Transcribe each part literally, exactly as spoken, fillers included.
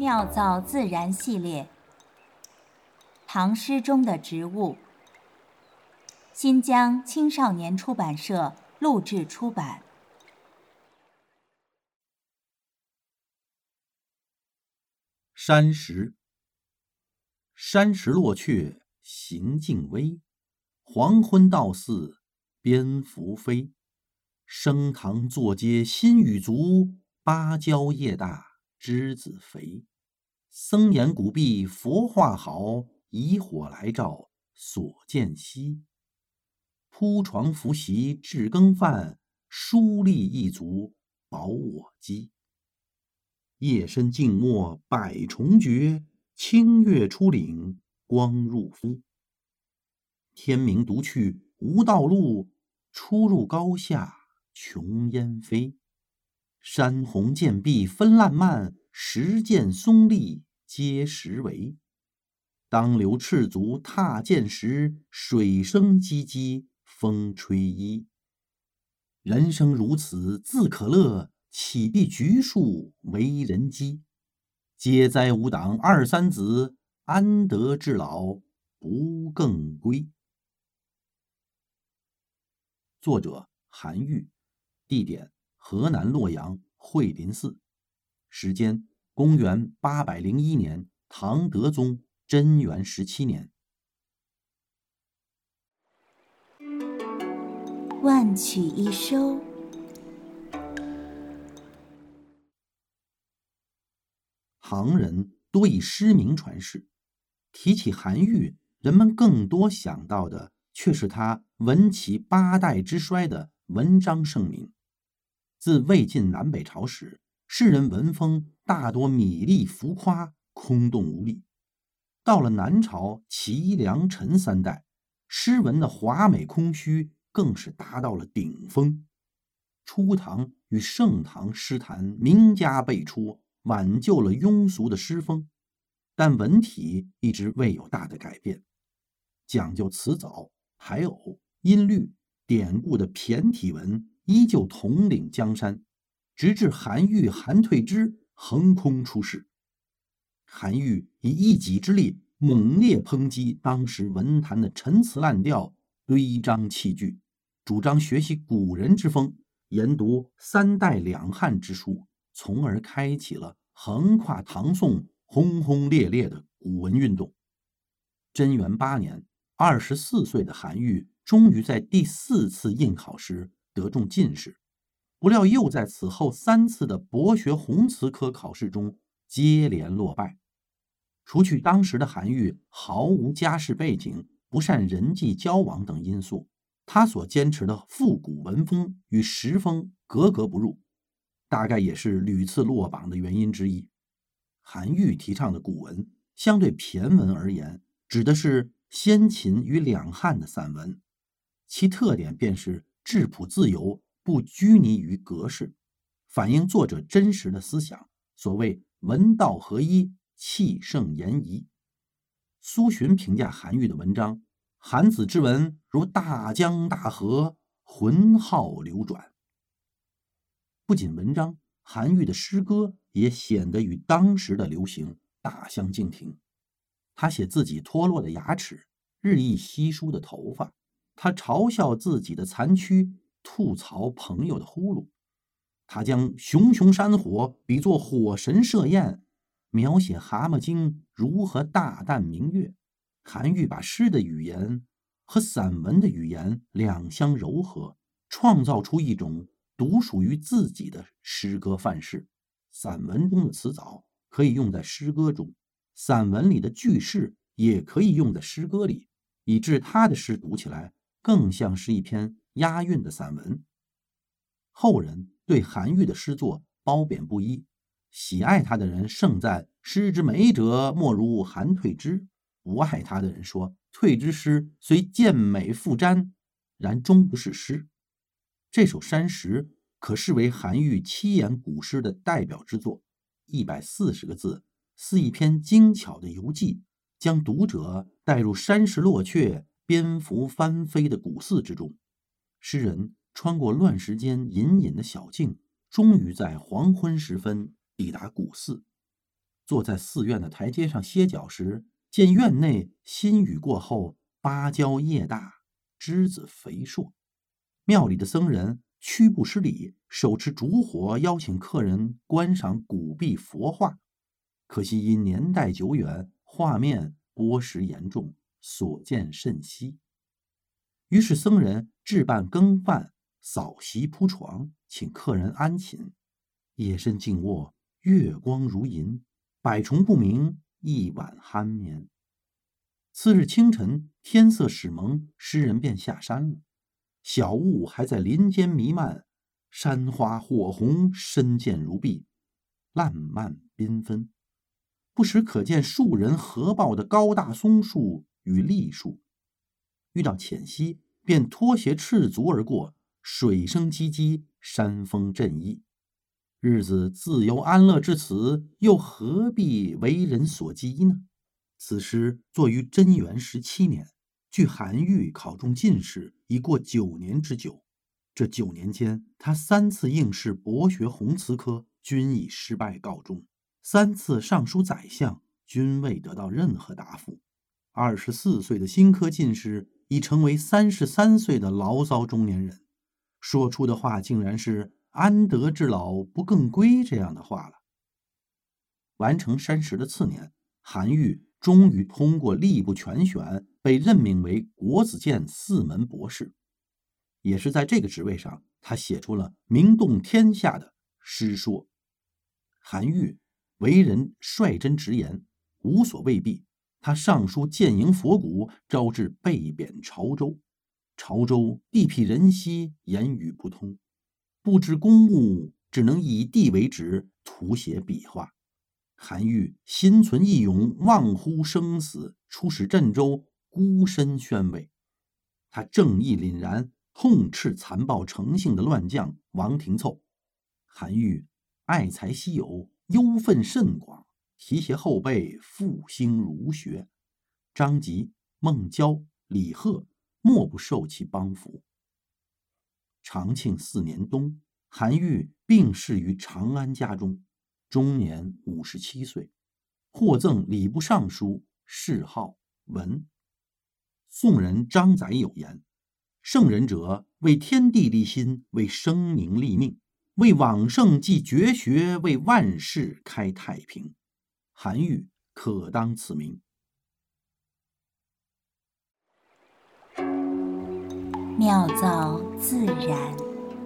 妙造自然系列，唐诗中的植物，新疆青少年出版社录制出版。 山石，山石落却行径微，黄昏到寺蝙蝠飞。升堂坐阶新雨足，芭蕉叶大栀子肥。僧言古壁佛画好，以火来照所见稀。铺床拂席置羹饭，疏立一足饱我饥。夜深静默百重绝，清月出岭光入飞。天明独去无道路，出入高下穷烟飞。山红涧碧分烂漫，石涧松砾皆石围。当流赤足踏涧时，水声唧唧风吹衣。人生如此自可乐，岂必局数为人机。嗟哉吾党二三子，安得至老不更归。作者韩愈，地点河南洛阳惠林寺，时间公元八百零一年，唐德宗贞元十七年。 万曲一收。 唐人多以诗名传世，提起韩愈，人们更多想到的却是他文起八代之衰的文章盛名。自魏晋南北朝时，世人文风大多米粒浮夸，空洞无力。到了南朝齐梁陈三代，诗文的华美空虚更是达到了顶峰。初唐与盛唐诗坛名家辈出，挽救了庸俗的诗风，但文体一直未有大的改变，讲究词藻、排偶、音律、典故的骈体文依旧统领江山，直至韩愈、韩退之横空出世。韩愈以一己之力猛烈抨击当时文坛的陈词滥调、堆章弃句，主张学习古人之风，研读三代两汉之书，从而开启了横跨唐宋轰轰烈烈的古文运动。贞元八年，二十四岁的韩愈终于在第四次应考时得中进士，不料又在此后三次的博学宏词科考试中接连落败。除去当时的韩愈毫无家世背景、不善人际交往等因素，他所坚持的复古文风与时风格格不入，大概也是屡次落榜的原因之一。韩愈提倡的古文，相对骈文而言，指的是先秦与两汉的散文，其特点便是质朴自由，不拘泥于格式，反映作者真实的思想，所谓文道合一，气盛言怡。苏洵评价韩愈的文章，韩子之文如大江大河，浑浩流转。不仅文章，韩愈的诗歌也显得与当时的流行大相径庭。他写自己脱落的牙齿，日益稀疏的头发，他嘲笑自己的残躯，吐槽朋友的呼噜。他将熊熊山火比作火神射焰，描写蛤蟆精如何大啖明月。韩愈把诗的语言和散文的语言两相糅合，创造出一种独属于自己的诗歌范式。散文中的词藻可以用在诗歌中，散文里的句式也可以用在诗歌里，以致他的诗读起来更像是一篇押韵的散文。后人对韩愈的诗作褒贬不一，喜爱他的人盛赞诗之美者莫如韩退之，不爱他的人说退之诗虽健美复瞻，然终不是诗。这首《山石》可视为韩愈七言古诗的代表之作，一百四十个字，似一篇精巧的游记，将读者带入山石落却、蝙蝠翻飞的古寺之中。诗人穿过乱石间隐隐的小径，终于在黄昏时分抵达古寺。 坐在寺院的台阶上歇脚时，见院内新雨过后，芭蕉叶大，栀子肥硕。庙里的僧人屈步施礼，手持烛火邀请客人观赏古壁佛画。可惜因年代久远，画面剥蚀严重，所见甚稀。于是僧人置办羹饭，扫席铺床，请客人安寝。夜深静卧，月光如银，百虫不鸣，一晚酣眠。次日清晨，天色始蒙，诗人便下山了。小雾还在林间弥漫，山花火红，深见如碧，烂漫缤纷。不时可见数人合抱的高大松树与栗树。遇到浅溪，便拖鞋赤足而过，水声唧唧，山风阵意。日子自由安乐至此，又何必为人所讥呢？此诗作于贞元十七年，距韩愈考中进士已过九年之久。这九年间，他三次应试博学鸿词科，均以失败告终。三次上书宰相，均未得到任何答复。二十四岁的新科进士已成为三十三岁的牢骚中年人，说出的话竟然是安得至老不更归这样的话了。完成山石的次年，韩愈终于通过吏部全选，被任命为国子监四门博士。也是在这个职位上，他写出了名动天下的诗说。韩愈为人率真直言，无所畏避。他上书建营佛骨，招致被贬潮州。潮州地僻人稀，言语不通，布置公务只能以地为纸，涂写笔画。韩愈心存义勇，忘乎生死，出使镇州，孤身宣慰。他正义凛然，痛斥残暴成性的乱将王廷凑。韩愈爱才稀有，忧愤甚广，提携后辈，复兴儒学。张籍、孟郊、李贺莫不受其帮扶。长庆四年冬，韩愈病逝于长安家中，终年五十七岁，获赠礼部尚书，谥号文。宋人张载有言：圣人者，为天地立心，为生民立命，为往圣继绝学，为万世开太平。韩愈可当此名。 妙造自然。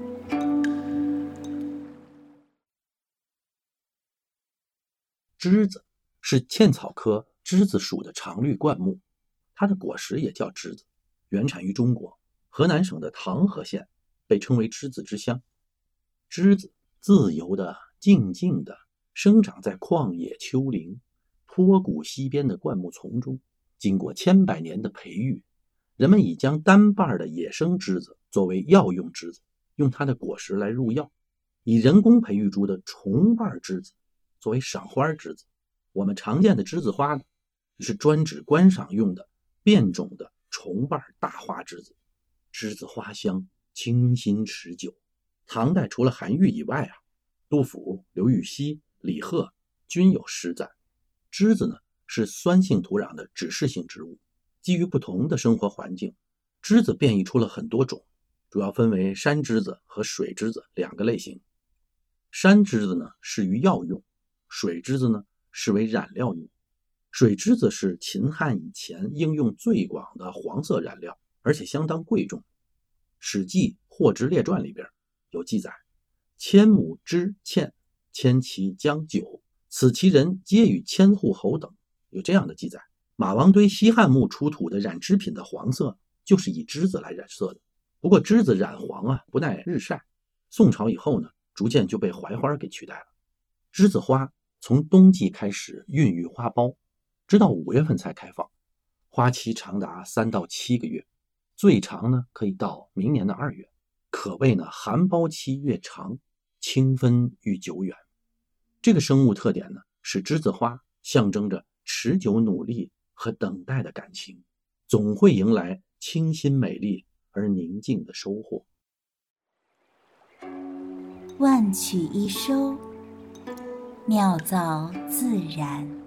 栀子是茜草科栀子属的常绿灌木，它的果实也叫栀子，原产于中国河南省的唐河县，被称为栀子之乡。栀子自由的、静静的生长在旷野丘陵、托谷溪边的灌木丛中，经过千百年的培育，人们已将单瓣的野生栀子作为药用栀子，用它的果实来入药；以人工培育出的重瓣栀子作为赏花栀子。我们常见的栀子花呢，是专指观赏用的变种的重瓣大花栀子。栀子花香清新持久。唐代除了韩愈以外啊，杜甫、刘禹锡、李贺均有诗赞。栀子呢是酸性土壤的指示性植物，基于不同的生活环境，栀子变异出了很多种，主要分为山栀子和水栀子两个类型。山栀子呢适于药用，水栀子呢视为染料用。水栀子是秦汉以前应用最广的黄色染料，而且相当贵重。史记《货殖列传》里边有记载：千亩栀茜，千骑将酒，此其人皆与千户侯等。有这样的记载。马王堆西汉墓出土的染织品的黄色就是以栀子来染色的。不过栀子染黄啊，不耐日晒。宋朝以后呢，逐渐就被槐花给取代了。栀子花从冬季开始孕育花苞，直到五月份才开放，花期长达三到七个月，最长呢可以到明年的二月。可谓呢含苞期越长，清芬愈久远。这个生物特点呢，使栀子花象征着持久努力和等待的感情，总会迎来清新美丽而宁静的收获。 万曲一收， 妙造自然。